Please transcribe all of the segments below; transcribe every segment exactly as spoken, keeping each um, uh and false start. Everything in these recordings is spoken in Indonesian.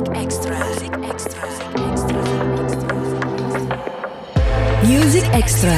Extra. Music Extra. Music Extra.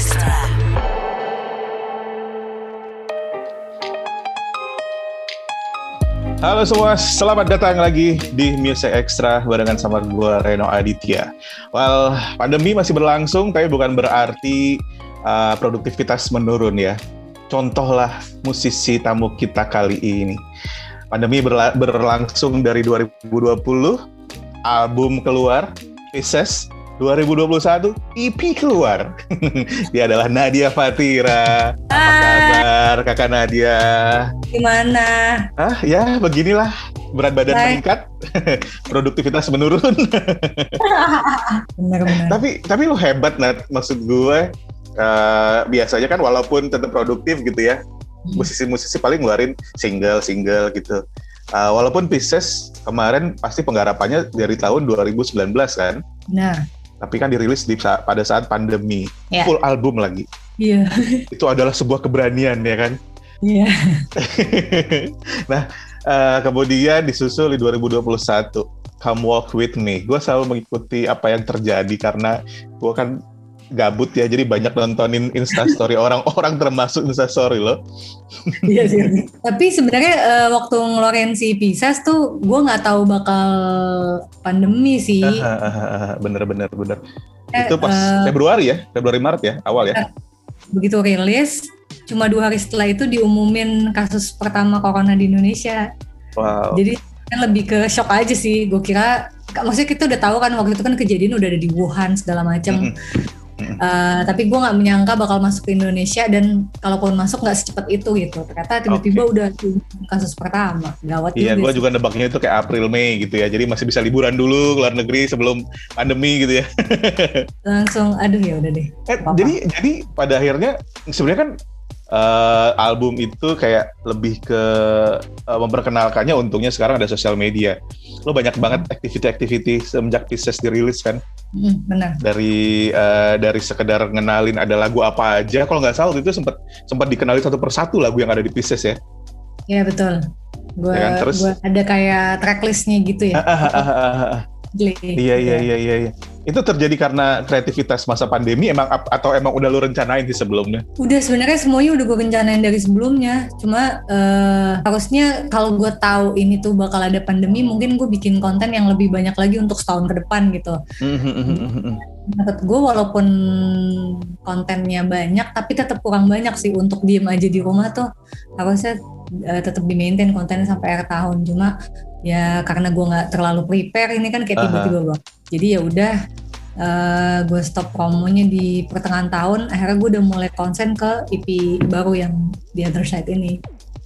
Halo semua, selamat datang lagi di Music Extra barengan sama gue Reno Aditya. Well, pandemi masih berlangsung, tapi bukan berarti uh, produktivitas menurun ya. Contohlah musisi tamu kita kali ini. Pandemi berla- berlangsung dari dua ribu dua puluh, album keluar, Pisces. dua ribu dua puluh satu, E P keluar. Dia adalah Nadia Fatira. Apa kabar Kakak Nadia? Gimana? Ah, ya beginilah. Berat badan Baik. meningkat, produktivitas menurun. Benar-benar. tapi tapi lo hebat, Nat. Maksud gue, uh, biasanya kan walaupun tetap produktif gitu ya, Hmm. musisi-musisi paling ngeluarin single-single gitu. Uh, walaupun Pisces kemarin pasti penggarapannya dari tahun dua ribu sembilan belas kan, Nah, tapi kan dirilis di sa- pada saat pandemi, Ya. full album lagi. iya, Itu adalah sebuah keberanian ya kan. iya. Nah, uh, kemudian disusul di dua ribu dua puluh satu, Come Walk With Me. Gue selalu mengikuti apa yang terjadi karena gue kan gabut ya, jadi banyak nontonin Instastory orang-orang termasuk Instastory lo. Iya sih. Tapi sebenarnya eh, waktu ngeluarin si Pisces tuh, gue nggak tahu bakal pandemi sih. Bener-bener bener. Eh, Itu pas eh, Februari ya, Februari Maret ya, awal ya. Begitu rilis, cuma dua hari setelah itu diumumin kasus pertama corona di Indonesia. Wow. Jadi kan lebih ke shock aja sih. Gue kira, maksudnya kita udah tahu kan waktu itu kan kejadian udah ada di Wuhan segala macam. Uh, tapi gue nggak menyangka bakal masuk ke Indonesia, dan kalaupun masuk nggak secepat itu gitu. Ternyata tiba-tiba Oke. udah kasus pertama, gawat Iya, gue sih. juga nebaknya itu kayak April Mei gitu ya. Jadi masih bisa liburan dulu ke luar negeri sebelum pandemi gitu ya. Langsung, aduh ya udah deh. Eh, Apa-apa. jadi jadi pada akhirnya sebenarnya kan eh, album itu kayak lebih ke eh, memperkenalkannya, untungnya sekarang ada sosial media. Lo banyak banget activity-activity semenjak Pisces dirilis kan. Hmm, benar. Dari eh, dari sekedar ngenalin ada lagu apa aja. Kalau nggak salah waktu itu sempat sempat dikenalin satu persatu lagu yang ada di Pisces ya. Iya betul. Gue Ya kan, terus? gue ada kayak tracklistnya gitu ya. Gile. Iya iya iya iya. iya. Itu terjadi karena kreativitas masa pandemi emang ap- atau emang udah lu rencanain sih sebelumnya? Udah, sebenarnya semuanya udah gue rencanain dari sebelumnya. Cuma eh, harusnya kalau gue tahu ini tuh bakal ada pandemi, mungkin gue bikin konten yang lebih banyak lagi untuk setahun ke depan gitu. Menurut gue walaupun kontennya banyak, tapi tetap kurang banyak sih untuk diem aja di rumah tuh. Harusnya uh, tetap di maintain kontennya sampai akhir tahun. Cuma ya karena gue nggak terlalu prepare ini kan kayak Aha. tiba-tiba banget. Jadi ya udah, uh, gue stop promonya di pertengahan tahun. Akhirnya gue udah mulai konsen ke E P baru yang The Other Side ini.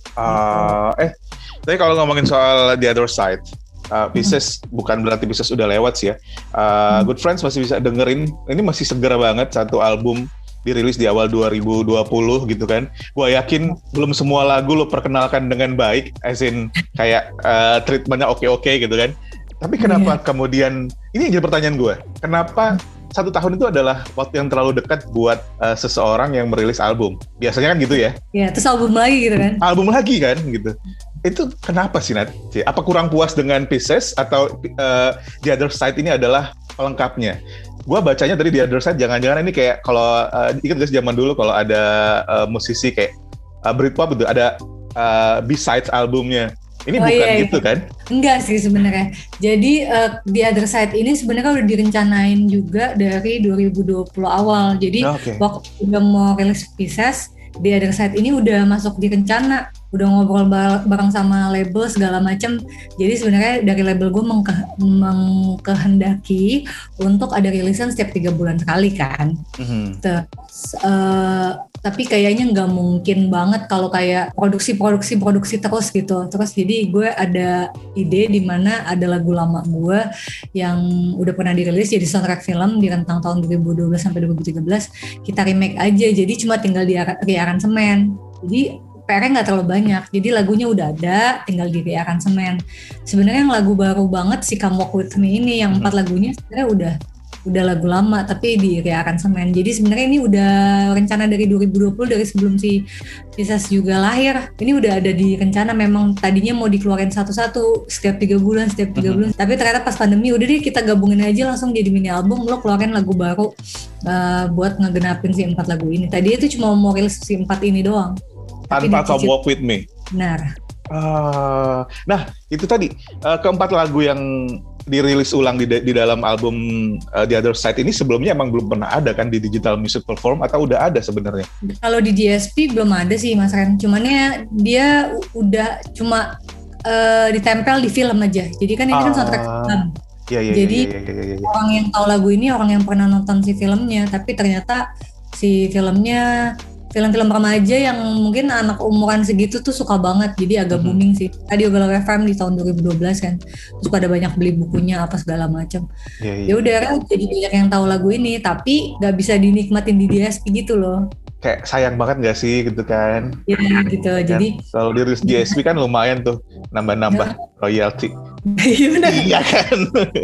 Uh, eh, tapi kalau ngomongin soal The Other Side, uh, Pisces hmm. bukan berarti Pisces udah lewat sih ya. Uh, hmm. Good Friends masih bisa dengerin. Ini masih segar banget, satu album dirilis di awal dua ribu dua puluh gitu kan. Gua yakin belum semua lagu lo perkenalkan dengan baik, as in kayak uh, treatmentnya oke-oke gitu kan. Tapi kenapa yeah. kemudian, ini jadi pertanyaan gue, kenapa satu tahun itu adalah waktu yang terlalu dekat buat uh, seseorang yang merilis album? Biasanya kan gitu ya. Ya, terus album lagi gitu kan. Album lagi kan gitu. Itu kenapa sih, Nat? Apa kurang puas dengan Pisces atau uh, The Other Side ini adalah pelengkapnya? Gua bacanya tadi The Other Side, jangan-jangan ini kayak kalau uh, ingat guys zaman dulu kalau ada uh, musisi kayak uh, Britpop itu ada uh, B-sides albumnya. Ini Oh, bukan iya, gitu iya. kan? Enggak sih sebenarnya. Jadi uh, The Other Side ini sebenarnya udah direncanain juga dari dua ribu dua puluh awal. Jadi Oke. waktu udah mau rilis Pisces, The Other Side ini udah masuk di rencana, udah ngobrol bareng sama label segala macam. Jadi sebenarnya dari label gue mengke- mengkehendaki untuk ada rilisan setiap tiga bulan sekali kan. Mm-hmm. Terus, uh, tapi kayaknya nggak mungkin banget kalau kayak produksi-produksi produksi terus gitu. Terus jadi gue ada ide di mana ada lagu lama gue yang udah pernah dirilis jadi soundtrack film di rentang tahun dua ribu dua belas sampai dua ribu tiga belas, kita remake aja. Jadi cuma tinggal di, di aransemen. Jadi P R-nya nggak terlalu banyak. Jadi lagunya udah ada, tinggal di aransemen. Sebenarnya yang lagu baru banget si Come Walk With Me ini, yang empat lagunya sebenarnya udah udah lagu lama tapi di Ria Aransemen. Jadi sebenarnya ini udah rencana dari dua ribu dua puluh, dari sebelum si Pisces juga lahir. Ini udah ada di rencana, memang tadinya mau dikeluarin satu-satu setiap tiga bulan, setiap tiga bulan. Tapi ternyata pas pandemi udah deh kita gabungin aja langsung jadi mini album, lo keluarin lagu baru uh, buat ngegenapin si empat lagu ini. Tadi itu cuma mau rilis si empat ini doang. Tanpa Come Walk With Me. Benar. Uh, nah itu tadi uh, keempat lagu yang dirilis ulang di, di dalam album uh, The Other Side ini sebelumnya emang belum pernah ada kan di digital music platform, atau udah ada sebenarnya? Kalau di D S P belum ada sih Mas Ren, cumannya dia udah cuma uh, ditempel di film aja. Jadi kan ini uh, kan soundtrack film. Iya, iya, Jadi iya, iya, iya, iya. orang yang tahu lagu ini orang yang pernah nonton si filmnya, tapi ternyata si filmnya film-film remaja yang mungkin anak umuran segitu tuh suka banget, jadi agak mm-hmm. booming sih. Radio Galau F M di tahun dua ribu dua belas kan, terus pada banyak beli bukunya apa segala macam. Yeah, yeah. Ya udah, jadi banyak yang tahu lagu ini, tapi nggak bisa dinikmatin di D S P gitu loh. Kayak sayang banget nggak sih gitu kan? Iya gitu. Ya, jadi kalau dirilis D S P kan lumayan tuh nambah-nambah ya. royalti. Iya kan.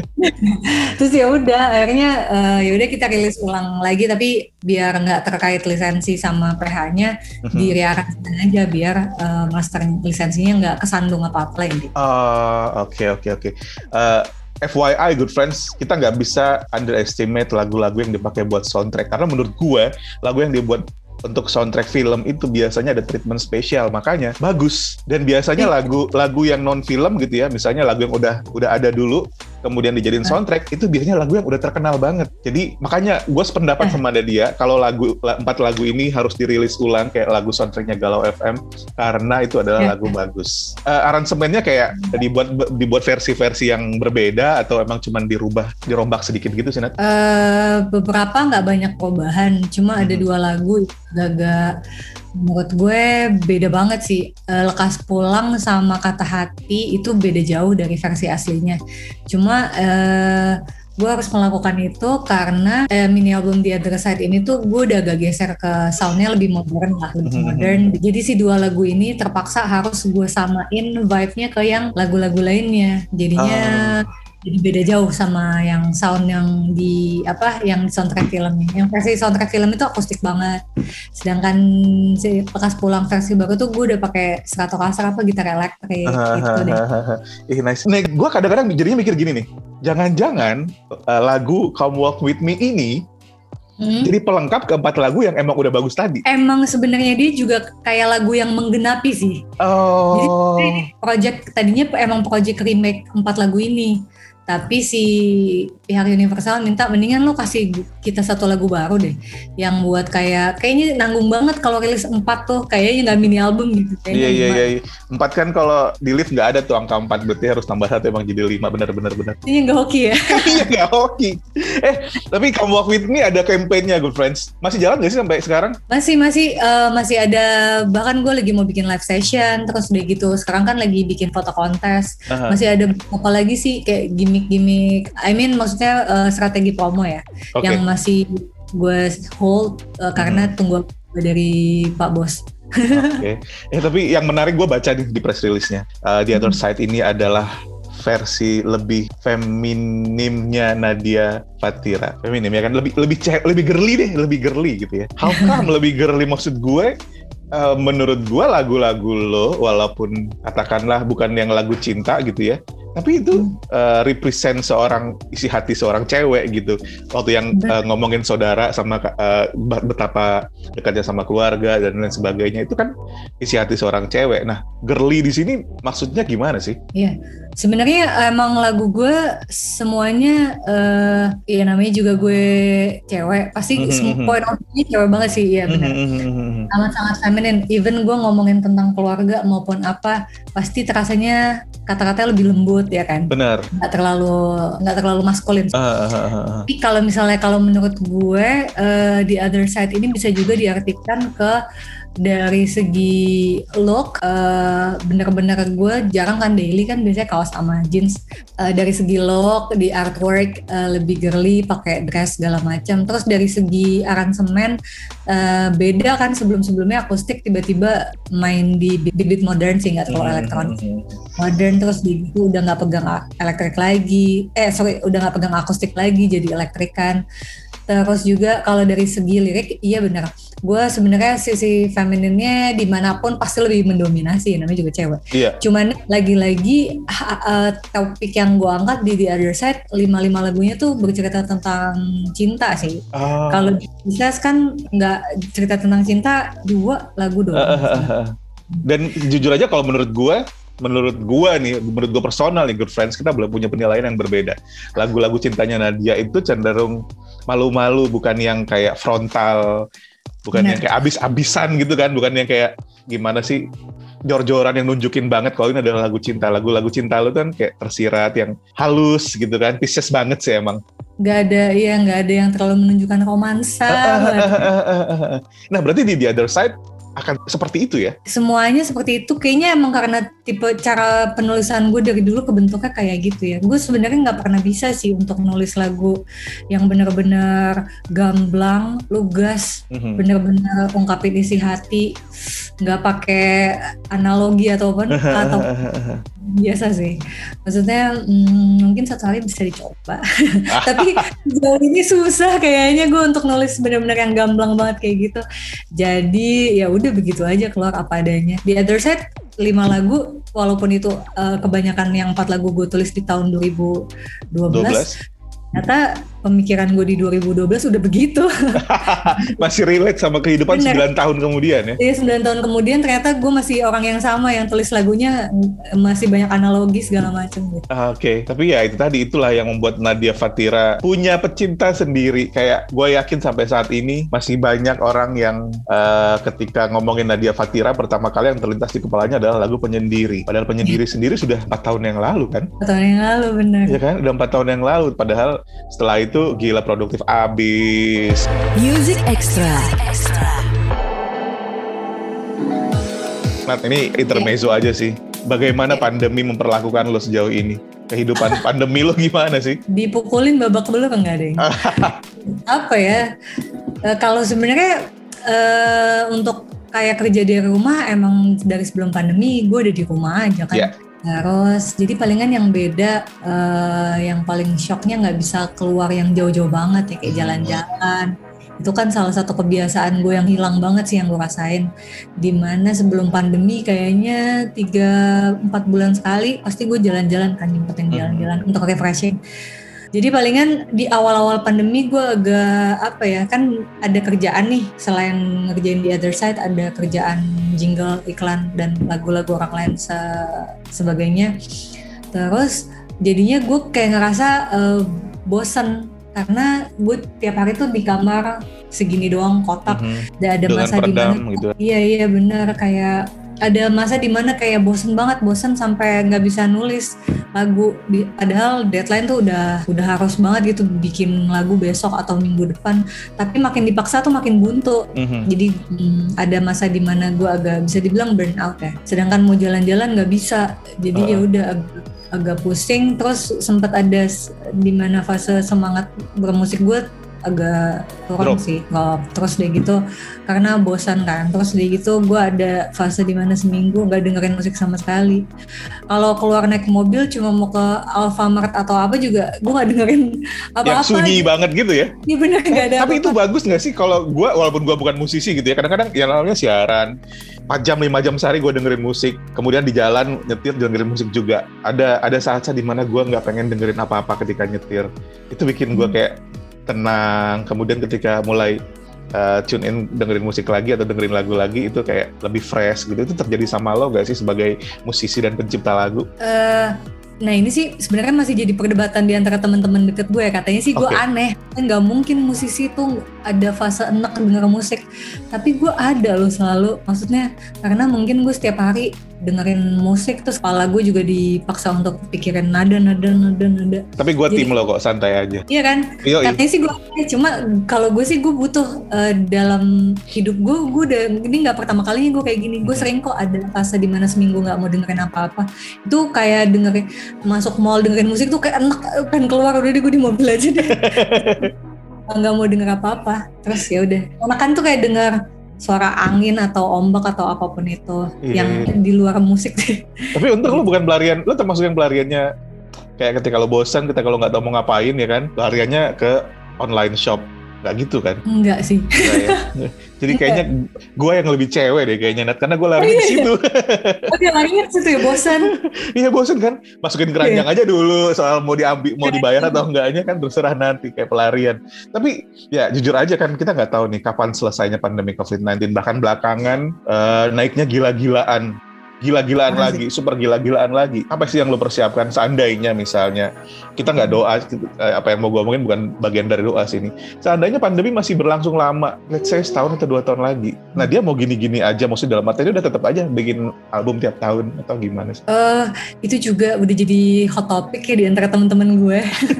Terus ya udah akhirnya uh, ya udah kita rilis ulang lagi, tapi biar nggak terkait lisensi sama P H-nya mm-hmm. di Ria Aransemen aja, biar uh, master lisensinya nggak kesandung apa-apa gitu. Oh oke oke oke. F Y I good friends, kita nggak bisa underestimate lagu-lagu yang dipakai buat soundtrack, karena menurut gue lagu yang dibuat untuk soundtrack film itu biasanya ada treatment spesial, makanya bagus. Dan biasanya lagu lagu yang non film gitu ya, misalnya lagu yang udah udah ada dulu kemudian dijadiin soundtrack, itu biasanya lagu yang udah terkenal banget. Jadi makanya gue sependapat sama dia kalau lagu empat lagu ini harus dirilis ulang kayak lagu soundtracknya Galau F M, karena itu adalah lagu bagus. Uh, aransemennya kayak dibuat dibuat versi-versi yang berbeda atau emang cuma dirubah dirombak sedikit gitu sih Nat? Uh, beberapa nggak banyak perubahan, cuma hmm. ada dua lagu agak menurut gue beda banget sih. Lekas Pulang sama Kata Hati itu beda jauh dari versi aslinya. Cuma eh, gue harus melakukan itu karena eh, mini album The Other Side ini tuh gue udah agak geser ke soundnya lebih modern lah, lebih modern. Jadi si dua lagu ini terpaksa harus gue samain vibe-nya ke yang lagu-lagu lainnya. Jadinya oh. jadi beda jauh sama yang sound yang di apa yang soundtrack filmnya. Yang versi soundtrack film itu akustik banget. Sedangkan si Lekas Pulang versi baru tuh gue udah pakai Stratocaster apa gitar elektrik gitu deh. Ih nice. Nih gue kadang-kadang jadinya mikir gini nih. Jangan-jangan uh, lagu Come Walk With Me ini Hmm. jadi pelengkap keempat lagu yang emang udah bagus tadi. Emang sebenarnya dia juga kayak lagu yang menggenapi sih. Oh. Jadi project tadinya emang project remake empat lagu ini. Tapi si pihak Universal minta mendingan lo kasih kita satu lagu baru deh, yang buat kayak kayaknya nanggung banget kalau rilis empat tuh, kayaknya nggak mini album gitu. Iya iya iya. Empat kan kalau di lift nggak ada tuh angka empat, berarti harus tambah satu emang jadi lima, benar-benar benar. Ini nggak hoki ya? Iya nggak hoki. Eh tapi Come Walk With Me ada campaign-nya good friends. Masih jalan nggak sih sampai sekarang? Masih masih uh, masih ada, bahkan gue lagi mau bikin live session terus udah gitu. Sekarang kan lagi bikin foto kontes. Uh-huh. Masih ada apa lagi sih kayak gimmick-gimmick, I mean maksudnya uh, strategi promo ya, okay. yang masih gue hold uh, karena hmm. tunggu dari Pak Bos. Oke, okay. eh tapi yang menarik gue baca di, di press release-nya, uh, The Other hmm. Side ini adalah versi lebih feminimnya Nadia Fatira. Feminim ya kan, lebih lebih cewek, lebih girly deh, lebih girly gitu ya. How come lebih girly? Maksud gue, uh, menurut gue lagu-lagu lo walaupun katakanlah bukan yang lagu cinta gitu ya, tapi itu uh, represent seorang isi hati seorang cewek gitu. Waktu yang uh, ngomongin saudara sama uh, betapa dekatnya sama keluarga dan lain sebagainya, itu kan isi hati seorang cewek. Nah, girly di sini maksudnya gimana sih? Iya, sebenarnya emang lagu gue semuanya, uh, ya namanya juga gue cewek, pasti mm-hmm. semua point of view cewek banget sih, iya benar. Mm-hmm. Sangat-sangat feminine. Even gue ngomongin tentang keluarga maupun apa, pasti terasanya kata-katanya lebih lembut ya kan. Benar. Nggak terlalu nggak terlalu maskulin. Uh, uh, uh, uh. Tapi kalau misalnya kalau menurut gue uh, The Other Side ini bisa juga diartikan ke dari segi look uh, bener-bener gue jarang kan daily kan biasanya kaos sama jeans. Uh, dari segi look di artwork uh, lebih girly pakai dress segala macam. Terus dari segi aransemen uh, beda kan sebelum-sebelumnya akustik tiba-tiba main di beat-beat modern sih nggak terlalu elektronik modern terus di itu udah nggak pegang elektrik lagi eh sorry udah nggak pegang akustik lagi jadi elektrikan. Terus juga kalau dari segi lirik, iya benar. Gue sebenarnya sisi femininnya dimanapun pasti lebih mendominasi, namanya juga cewek. Iya. Cuman lagi-lagi uh, topik yang gue angkat di The Other Side, lima-lima lagunya tuh bercerita tentang cinta sih. Oh. Kalau bisa kan nggak cerita tentang cinta, dua lagu doang. Uh, uh, uh. Dan jujur aja kalau menurut gue, menurut gua nih, menurut gua personal nih, Good Friends, kita belum punya penilaian yang berbeda. Lagu-lagu cintanya Nadia itu cenderung malu-malu, bukan yang kayak frontal, bukan Bener. yang kayak abis-abisan gitu kan, bukan yang kayak gimana sih, jor-joran yang nunjukin banget kalau ini adalah lagu cinta. Lagu-lagu cinta lu kan kayak tersirat, yang halus gitu kan, Pisces banget sih emang. Gak ada, ya gak ada yang terlalu menunjukkan romansa. Nah berarti di The Other Side akan seperti itu ya? Semuanya seperti itu, kayaknya emang karena tipe cara penulisan gue dari dulu kebentuknya kayak gitu ya. Gue sebenarnya nggak pernah bisa sih untuk nulis lagu yang benar-benar gamblang, lugas, mm-hmm. benar-benar ungkapin isi hati, nggak pakai analogi atau apa atau biasa sih. Maksudnya hmm, mungkin satu kali bisa dicoba, tapi jauh ini susah kayaknya gue untuk nulis benar-benar yang gamblang banget kayak gitu. Jadi ya udah begitu aja keluar apa adanya. The Other Side lima lagu, walaupun itu uh, kebanyakan yang empat lagu gue tulis di tahun dua ribu dua belas. Ternyata pemikiran gue di dua ribu dua belas udah begitu. Masih relate sama kehidupan Bener. sembilan tahun kemudian ya? Iya, sembilan tahun kemudian ternyata gue masih orang yang sama yang tulis lagunya masih banyak analogi segala macam gitu. Ah, Oke, okay. Tapi ya itu tadi, itulah yang membuat Nadia Fatira punya pecinta sendiri. Kayak gue yakin sampai saat ini masih banyak orang yang uh, ketika ngomongin Nadia Fatira pertama kali yang terlintas di kepalanya adalah lagu Penyendiri. Padahal Penyendiri sendiri sudah empat tahun yang lalu kan? empat tahun yang lalu, benar. Iya kan, udah empat tahun yang lalu. Padahal setelah itu gila produktif abis. Music Extra. Nat, ini intermezzo aja sih. Bagaimana pandemi memperlakukan lo sejauh ini? Kehidupan pandemi lo gimana sih? Dipukulin babak belur enggak deh? Apa ya? E, kalau sebenarnya e, untuk kayak kerja di rumah emang dari sebelum pandemi gue udah di rumah aja kan. Yeah. Terus jadi palingan yang beda, uh, yang paling shocknya nggak bisa keluar yang jauh-jauh banget ya kayak jalan-jalan. Itu kan salah satu kebiasaan gue yang hilang banget sih yang gue rasain. Dimana sebelum pandemi kayaknya tiga empat bulan sekali pasti gue jalan-jalan kan, nyempetin jalan-jalan untuk refreshing. Jadi palingan di awal-awal pandemi gue agak apa ya, kan ada kerjaan nih selain ngerjain The Other Side, ada kerjaan jingle, iklan, dan lagu-lagu orang lain se- sebagainya. Terus jadinya gue kayak ngerasa uh, bosan karena gue tiap hari tuh di kamar segini doang kotak. Mm-hmm. Dan ada masa di mana gitu. Iya iya benar, kayak ada masa dimana kayak bosen banget, bosen sampai nggak bisa nulis lagu. Padahal deadline tuh udah udah harus banget gitu bikin lagu besok atau minggu depan. Tapi makin dipaksa tuh makin buntu. Mm-hmm. Jadi hmm, ada masa dimana gue agak bisa dibilang burn out ya. Sedangkan mau jalan-jalan nggak bisa. Jadi uh. ya udah agak, agak pusing. Terus sempat ada dimana fase semangat bermusik gue agak turun sih, drop. Terus deh gitu karena bosan kan. Terus deh gitu gue ada fase dimana seminggu nggak dengerin musik sama sekali. Kalau keluar naik mobil cuma mau ke Alfamart atau apa juga gue nggak dengerin apa-apa. Yang sunyi gitu. Banget gitu ya? Iya benar, nggak ada. Tapi apa-apa. Itu bagus nggak sih kalau gue, walaupun gue bukan musisi gitu ya, kadang-kadang yang namanya siaran empat jam lima jam sehari gue dengerin musik, kemudian di jalan nyetir dengerin musik juga. Ada ada saat-saat dimana gue nggak pengen dengerin apa-apa ketika nyetir. Itu bikin gue kayak tenang. Kemudian ketika mulai uh, tune in dengerin musik lagi atau dengerin lagu lagi, itu kayak lebih fresh gitu. Itu terjadi sama lo gak sih sebagai musisi dan pencipta lagu? Uh, nah ini sih sebenarnya masih jadi perdebatan di antara teman-teman deket gue. Katanya sih gue okay. aneh, nggak mungkin musisi tuh ada fase enek denger musik, tapi gue ada loh selalu, maksudnya karena mungkin gue setiap hari dengerin musik terus kepala gue juga dipaksa untuk pikirin nada nada nada nada. Tapi gue tim lo kok, santai aja. Iya kan? Yoi. Katanya sih gue, cuma kalau gue sih gue butuh uh, dalam hidup gue, gue udah ini nggak pertama kalinya gue kayak gini. Gue sering kok ada fase di mana seminggu nggak mau dengerin apa-apa. Itu kayak dengerin masuk mall dengerin musik tuh kayak enak, kan keluar udah deh gue di mobil aja deh. Nggak mau denger apa-apa. Terus ya udah. Enakan tuh kayak denger suara angin atau ombak atau apapun itu iya, yang iya. di luar musik. Tapi untung lu bukan pelarian, lu termasuk yang pelariannya kayak ketika lo bosan, ketika lo nggak tahu mau ngapain ya kan, pelariannya ke online shop, nggak gitu kan? Enggak sih. Enggak ya? Jadi kayaknya gue yang lebih cewek deh kayaknya Nat, karena gue lari ke situ. Oh dia larinya ke situ ya, bosan? Iya bosan kan, masukin keranjang aja dulu soal mau diambil, mau dibayar atau enggaknya kan terserah nanti kayak pelarian. Tapi ya jujur aja kan kita nggak tahu nih kapan selesainya pandemi covid sembilan belas, bahkan belakangan uh, naiknya gila-gilaan. Gila-gilaan Masih. lagi, super gila-gilaan lagi. Apa sih yang lo persiapkan seandainya misalnya kita nggak doa, apa yang mau gue omongin bukan bagian dari doa sini. Seandainya pandemi masih berlangsung lama, let's say setahun atau dua tahun lagi. Nah dia mau gini-gini aja, maksudnya dalam artinya udah tetap aja bikin album tiap tahun atau gimana sih? Uh, itu juga udah jadi hot topic ya di antara teman-teman gue.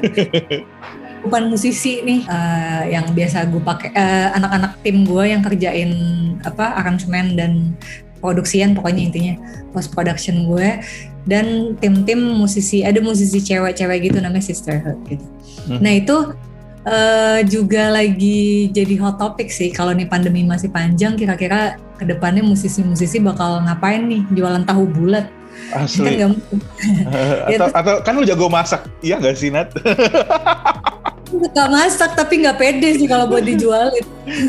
Bukan musisi nih uh, yang biasa gue pakai, uh, anak-anak tim gue yang kerjain apa aransemen dan produksian, pokoknya intinya post production gue, dan tim-tim musisi, ada musisi cewek-cewek gitu namanya Sisterhood gitu. Hmm. Nah itu uh, juga lagi jadi hot topic sih, kalau nih pandemi masih panjang, kira-kira kedepannya musisi-musisi bakal ngapain nih, jualan tahu bulat. Asli. Kan atau, atau kan lu jago masak, iya nggak sih Nat? Gak masak tapi nggak pede sih kalau buat dijualin.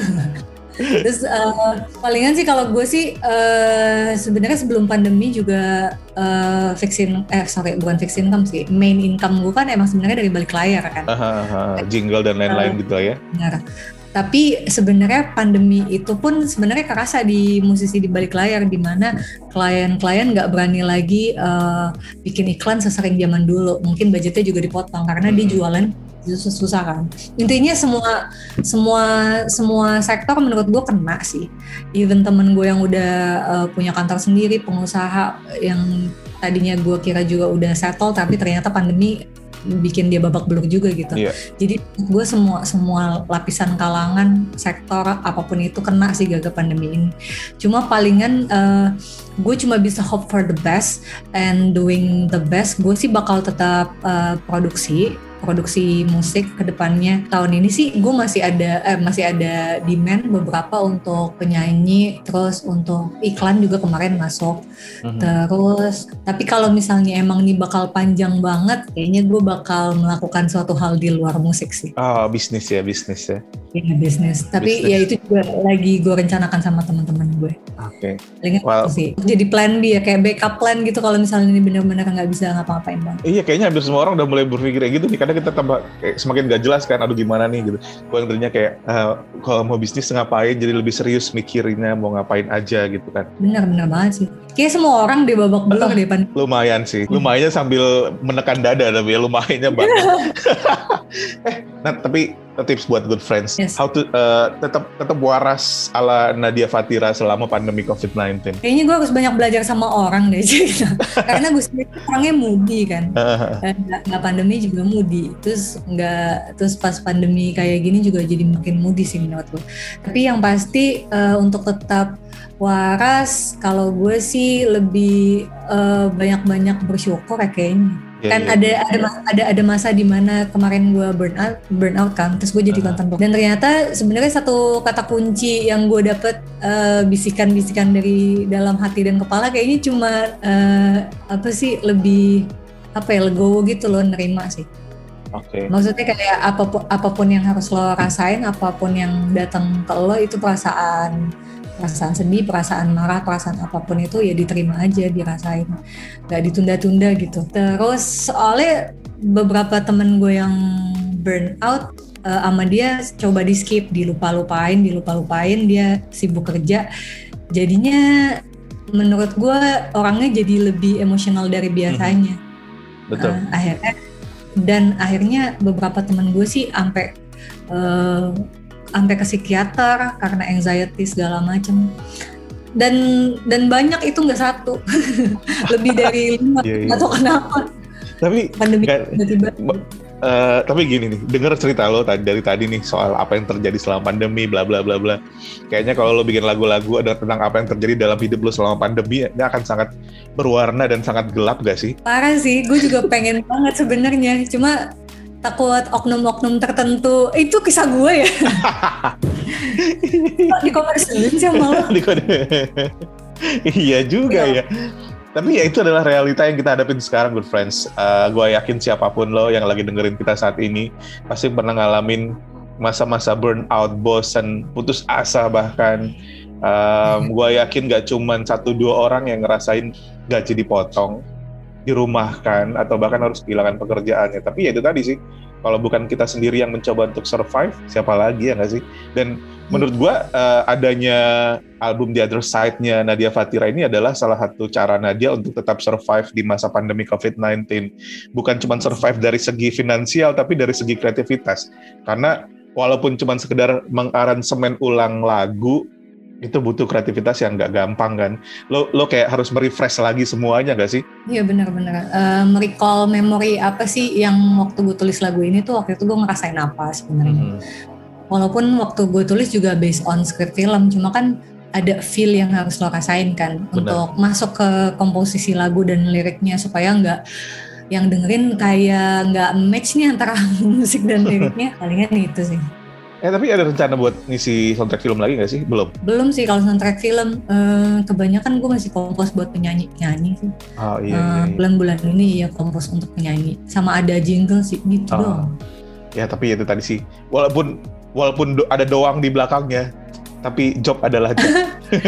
Terus uh, palingan sih kalau gue sih uh, sebenarnya sebelum pandemi juga uh, fixin eh sorry bukan fix income sih, main income gue kan emang sebenarnya dari balik layar kan. Aha, aha, jingle dan lain-lain uh, gitu ya. Benar. Tapi sebenarnya pandemi itu pun sebenarnya kerasa di musisi di balik layar, di mana klien-klien nggak berani lagi uh, bikin iklan sesering zaman dulu. Mungkin budgetnya juga dipotong karena hmm. dia jualan susah kan. Intinya semua semua semua sektor menurut gue kena sih. Even temen gue yang udah uh, punya kantor sendiri, pengusaha yang tadinya gue kira juga udah settle, tapi ternyata pandemi bikin dia babak belur juga gitu. Yeah. Jadi gue semua semua lapisan kalangan, sektor apapun itu kena sih gara-gara pandemi ini. Cuma palingan uh, gue cuma bisa hope for the best and doing the best. Gue sih bakal tetap uh, produksi produksi musik ke depannya. Tahun ini sih gue masih ada eh, masih ada demand beberapa untuk penyanyi, terus untuk iklan juga kemarin masuk. Mm-hmm. Terus tapi kalau misalnya emang ini bakal panjang banget, kayaknya gue bakal melakukan suatu hal di luar musik sih. Oh, bisnis ya, bisnis ya. Iya, bisnis. Tapi business. Ya itu juga lagi gue rencanakan sama teman-teman gue. Oke. Okay. Well, sih. Jadi plan B ya, kayak backup plan gitu kalau misalnya ini benar-benar nggak bisa ngapa-ngapain bang. Iya, kayaknya hampir semua orang udah mulai berpikir kayak gitu nih, karena kita tambah kayak semakin gak jelas kan, aduh gimana nih gitu. Gue yang tadinya kayak uh, kalau mau bisnis ngapain, jadi lebih serius mikirinnya mau ngapain aja gitu kan. Benar-benar banget sih. Kayak semua orang di babak belur di depan. Lumayan sih, lumayannya sambil menekan dada tapi ya lumayannya banget. eh, nah tapi tips buat good friends, yes. How to uh, tetap tetap waras ala Nadia Fatira selama pandemi covid sembilan belas. Kayaknya gue harus banyak belajar sama orang deh, karena gue sendiri orangnya moody kan, nggak pandemi juga moody, terus nggak terus pas pandemi kayak gini juga jadi makin moody sih menurut gue. Tapi yang pasti uh, untuk tetap waras, kalau gue sih lebih uh, banyak-banyak bersyukur ya kayaknya. Kan yeah, ada yeah. ada ada ada masa di mana kemarin gue burn out burn out kan, terus gue jadi uh-huh. konten, dan ternyata sebenarnya satu kata kunci yang gue dapet uh, bisikan-bisikan dari dalam hati dan kepala kayaknya cuma uh, apa sih lebih apa ya legowo gitu loh, nerima sih. Oke. Okay. Maksudnya kayak apapun apapun yang harus lo rasain, apapun yang datang ke lo itu perasaan perasaan sedih, perasaan marah, perasaan apapun itu ya diterima aja, dirasain, nggak ditunda-tunda gitu. Terus soalnya beberapa temen gue yang burn out uh, sama dia coba di skip, dilupa-lupain, dilupa-lupain, dia sibuk kerja. Jadinya menurut gue orangnya jadi lebih emosional dari biasanya. Betul. Uh, akhirnya dan akhirnya beberapa temen gue sih sampai uh, sampai ke psikiater karena anxiety segala macam. Dan dan banyak itu nggak satu, lebih dari lima yeah, yeah. atau kenapa? Tapi pandemi gak, tiba-tiba. Uh, tapi gini nih, dengar cerita lo tadi dari tadi nih soal apa yang terjadi selama pandemi, bla bla bla bla. Kayaknya kalau lo bikin lagu-lagu ada tentang apa yang terjadi dalam hidup lo selama pandemi, ini akan sangat berwarna dan sangat gelap gak sih? Parah sih, gue juga pengen banget sebenarnya, cuma takut oknum-oknum tertentu. Itu kisah gue ya. Kok dikomersilin sih sama lo? Iya juga ya. Tapi ya itu adalah realita yang kita hadapin sekarang, good friends. Uh, gue yakin siapapun lo yang lagi dengerin kita saat ini pasti pernah ngalamin masa-masa burnout, bosan, putus asa bahkan. Um, gue yakin gak cuman satu dua orang yang ngerasain gaji dipotong, dirumahkan, atau bahkan harus kehilangan pekerjaannya. Tapi ya itu tadi sih, kalau bukan kita sendiri yang mencoba untuk survive, siapa lagi ya nggak sih? Dan menurut gue uh, adanya album The Other Side-nya Nadia Fatira ini adalah salah satu cara Nadia untuk tetap survive di masa pandemi covid sembilan belas. Bukan cuma survive dari segi finansial, tapi dari segi kreativitas. Karena walaupun cuma sekedar mengaransemen ulang lagu, itu butuh kreativitas yang nggak gampang kan. Lo lo kayak harus merefresh lagi semuanya nggak sih? Iya benar-benar. Uh, merecall memori apa sih yang waktu gue tulis lagu ini tuh waktu itu gue ngerasain apa sebenarnya. Hmm. Walaupun waktu gue tulis juga based on script film, cuma kan ada feel yang harus lo rasain kan. Benar. Untuk masuk ke komposisi lagu dan liriknya supaya nggak yang dengerin kayak nggak match nih antara musik dan liriknya. Palingan itu sih. Eh tapi ada rencana buat ngisi soundtrack film lagi nggak sih? Belum? Belum sih kalau soundtrack film. Uh, kebanyakan gue masih kompos buat penyanyi-penyanyi sih. Oh iya, uh, iya, iya. Bulan-bulan ini ya kompos untuk penyanyi. Sama ada jingle sih gitu oh. doang. Ya tapi itu tadi sih. Walaupun walaupun do, ada doang di belakangnya, tapi job adalah job.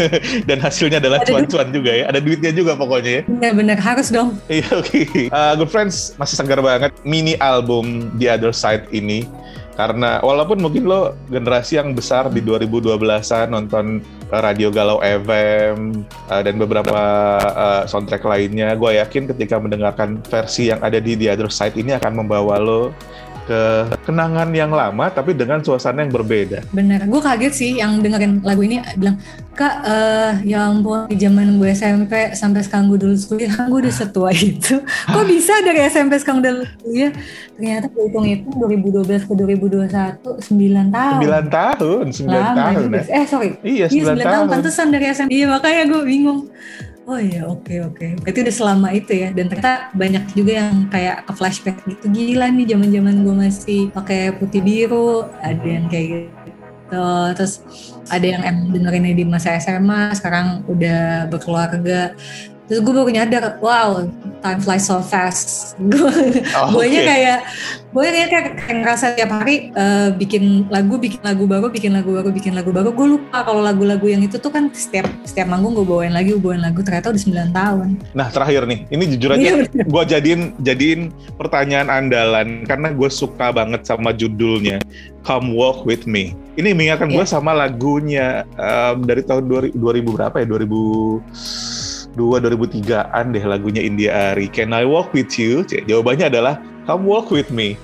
Dan hasilnya adalah ada cuan-cuan du- juga ya. Ada duitnya juga pokoknya ya. Benar-benar harus dong. Iya oke. Okay. Uh, good friends, masih segar banget mini album The Other Side ini. Karena walaupun mungkin lo generasi yang besar di dua ribu dua belasan nonton Radio Galau F M uh, dan beberapa uh, soundtrack lainnya, gue yakin ketika mendengarkan versi yang ada di The Other Side ini akan membawa lo ke kenangan yang lama tapi dengan suasana yang berbeda. Bener, gue kaget sih yang dengerin lagu ini bilang, Kak, uh, ya ampun, di zaman gue S M P sampai sekarang gue dulu kuliah, gue udah setua itu. Kok bisa dari S M P sekarang udah kuliah? Ternyata gue hitung-hitung dua ribu dua belas ke dua ribu dua puluh satu, sembilan tahun. sembilan tahun, sembilan Lama tahun. Ya. Eh sorry, iya sembilan tahun. tahun, pantesan dari S M P. Iya makanya gue bingung. Oh iya oke okay, oke. Okay. Berarti udah selama itu ya. Dan ternyata banyak juga yang kayak ke flashback gitu. Gila nih zaman-zaman gue masih pakai putih biru. Ada yang kayak gitu. Terus ada yang emang dengerinnya di masa S M A. Sekarang udah berkeluarga. Terus gue baru nyadar, wow, time flies so fast. Gue oh, okay. kayak, gue kayak, kayak, kayak ngerasa tiap hari uh, bikin lagu, bikin lagu baru, bikin lagu baru, bikin lagu baru. Gue lupa kalau lagu-lagu yang itu tuh kan setiap setiap manggung gue bawain lagi, gue bawain lagu. Ternyata udah sembilan tahun. Nah terakhir nih, ini jujur aja, gue jadiin jadiin pertanyaan andalan karena gue suka banget sama judulnya, Come Walk With Me. Ini mengingatkan yeah. gue sama lagunya um, dari tahun dua ribu berapa ya, dua ribu dua, dua ribu tigaan deh lagunya India Arie. Can I walk with you? Cik, jawabannya adalah Come walk with me.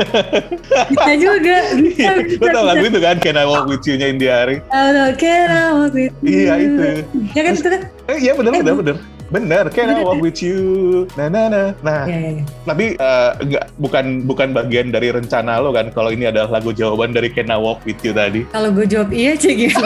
Bisa juga. Bisa, bisa, lo tau lagu itu kan? Can I walk with you-nya India Arie? Oh, can I walk with you? Iya itu. Ya kan itu kan? Eh, iya benar, eh, benar, benar. Bener, can I walk with you? Nah, nah, nah. Nah, ya, ya, ya. Tapi uh, enggak, bukan bukan bagian dari rencana lo kan? Kalau ini adalah lagu jawaban dari Can I Walk With You tadi. Kalau gue jawab iya, cek gitu.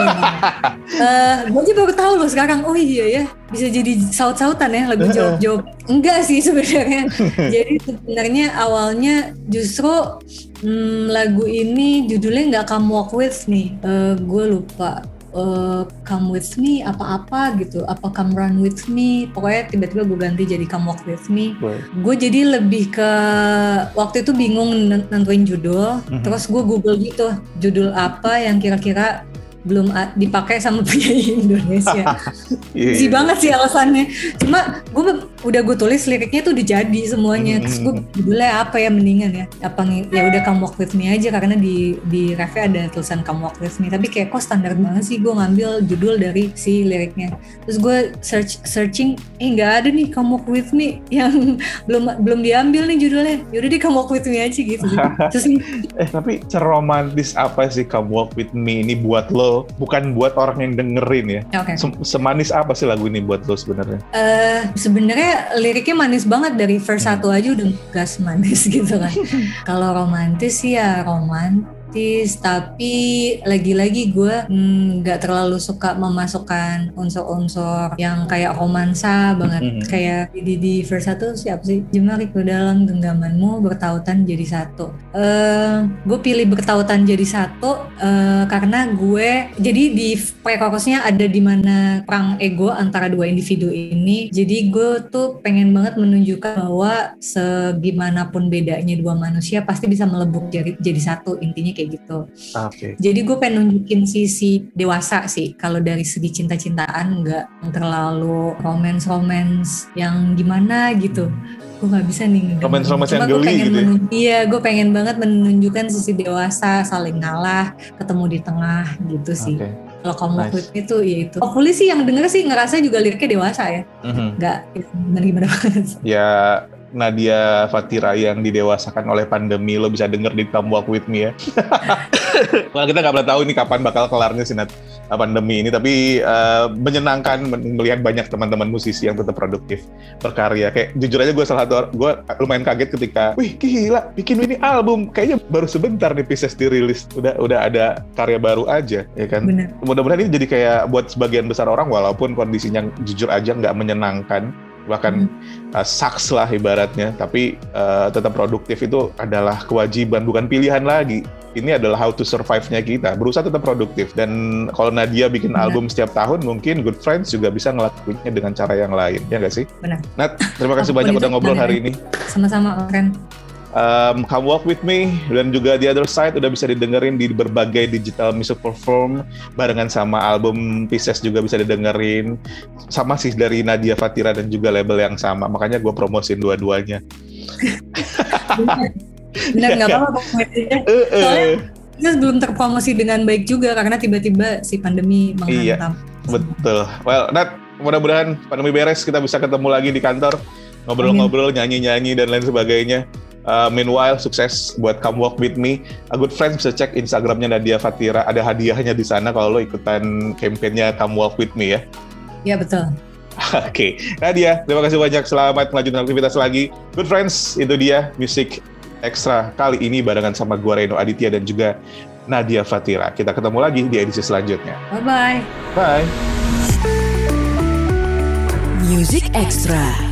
uh, gue aja baru tahu loh sekarang. Oh iya ya, bisa jadi saut-sautan ya lagu jawab-jawab. Enggak sih sebenarnya. Jadi sebenarnya awalnya justru hmm, lagu ini judulnya nggak Come Walk With Me. Uh, gue lupa. Uh, come with me apa-apa gitu, apa come run with me, pokoknya tiba-tiba gue ganti jadi come walk with me. Gue jadi lebih ke waktu itu bingung nentuin judul, mm-hmm. terus gue google gitu judul apa yang kira-kira belum dipakai sama penyanyi Indonesia. Easy yeah, banget sih alasannya. Cuma gue udah gue tulis liriknya tuh udah jadi semuanya. Terus gue judulnya apa ya mendingan ya? Apa nih? Ya udah Come Walk With Me aja karena di di refnya ada tulisan Come Walk With Me. Tapi kayak kok standar banget sih gue ngambil judul dari si liriknya. Terus gue search searching, eh nggak ada nih Come Walk With Me yang belum belum diambil nih judulnya. Yaudah deh Come Walk With Me aja gitu. Terus eh tapi seromantis apa sih Come Walk With Me ini buat lo? Bukan buat orang yang dengerin ya. Okay. Semanis apa sih lagu ini buat lo sebenarnya? Uh, sebenarnya liriknya manis banget dari verse satu aja udah gas manis gitu kan. Kalau romantis sih ya romantis, tapi lagi-lagi gue nggak hmm, terlalu suka memasukkan unsur-unsur yang kayak romansa banget. Mm-hmm. Kayak di, di verse satu siapa sih? Jemari ke dalam genggamanmu bertautan jadi satu. Uh, gue pilih bertautan jadi satu uh, karena gue jadi di pre-chorusnya ada di mana perang ego antara dua individu ini. Jadi gue tuh pengen banget menunjukkan bahwa segimanapun bedanya dua manusia pasti bisa melebur jadi, jadi satu, intinya kayak gitu. Okay. Jadi gue pengen nunjukin sisi dewasa sih. Kalau dari segi cinta-cintaan nggak terlalu romance-romance yang gimana gitu. Gue nggak bisa nih. Romance-romance yang geli gitu. Menun- iya, gue pengen banget menunjukkan sisi dewasa, saling ngalah, ketemu di tengah gitu sih. Okay. Kalau Come Walk With Me itu ya itu. Hopefully sih yang denger sih ngerasa juga liriknya dewasa ya. Mm-hmm. Nggak gimana-gimana banget. Ya Nadia Fatira yang didewasakan oleh pandemi, lo bisa denger di Come Walk With Me ya. Well, kita nggak pernah tahu ini kapan bakal kelarnya sih Nat, pandemi ini, tapi uh, menyenangkan melihat banyak teman-teman musisi yang tetap produktif berkarya. Kayak jujur aja gue salah satu, gue lumayan kaget ketika, wih gila, bikin ini album, kayaknya baru sebentar nih Pisces dirilis, udah udah ada karya baru aja, ya kan? Bener. Mudah-mudahan ini jadi kayak buat sebagian besar orang, walaupun kondisinya jujur aja nggak menyenangkan, bahkan hmm. uh, sucks lah ibaratnya, tapi uh, tetap produktif itu adalah kewajiban, bukan pilihan lagi. Ini adalah how to survive-nya kita, berusaha tetap produktif. Dan kalau Nadia bikin Benar. album setiap tahun, mungkin Good Friends juga bisa ngelakuinnya dengan cara yang lain, ya nggak sih? Benar. Nat, terima kasih banyak udah ngobrol hari ini. Sama-sama, Ren. Um, Come Walk With Me dan juga The Other Side udah bisa didengerin di berbagai digital music platform, barengan sama album Pisces juga bisa didengerin, sama sih dari Nadia Fatira dan juga label yang sama, makanya gue promosin dua-duanya. Benar, nggak apa-apa promosinya. Soalnya kita belum terpromosi dengan baik juga karena tiba-tiba si pandemi menghantam. Iya, betul. Well, Nat, mudah-mudahan pandemi beres, kita bisa ketemu lagi di kantor, ngobrol-ngobrol, nyanyi-nyanyi dan lain sebagainya. Uh, meanwhile, sukses buat Come Walk With Me. A Good Friends bisa cek Instagramnya Nadia Fatira. Ada hadiahnya di sana kalau lo ikutan campaign-nya Come Walk With Me ya. Iya, betul. Oke, okay. Nadia, terima kasih banyak. Selamat melanjutkan aktivitas lagi. Good Friends, itu dia Music Extra kali ini barengan sama gua Reno Aditya dan juga Nadia Fatira. Kita ketemu lagi di edisi selanjutnya. Bye-bye. Bye. Music Extra.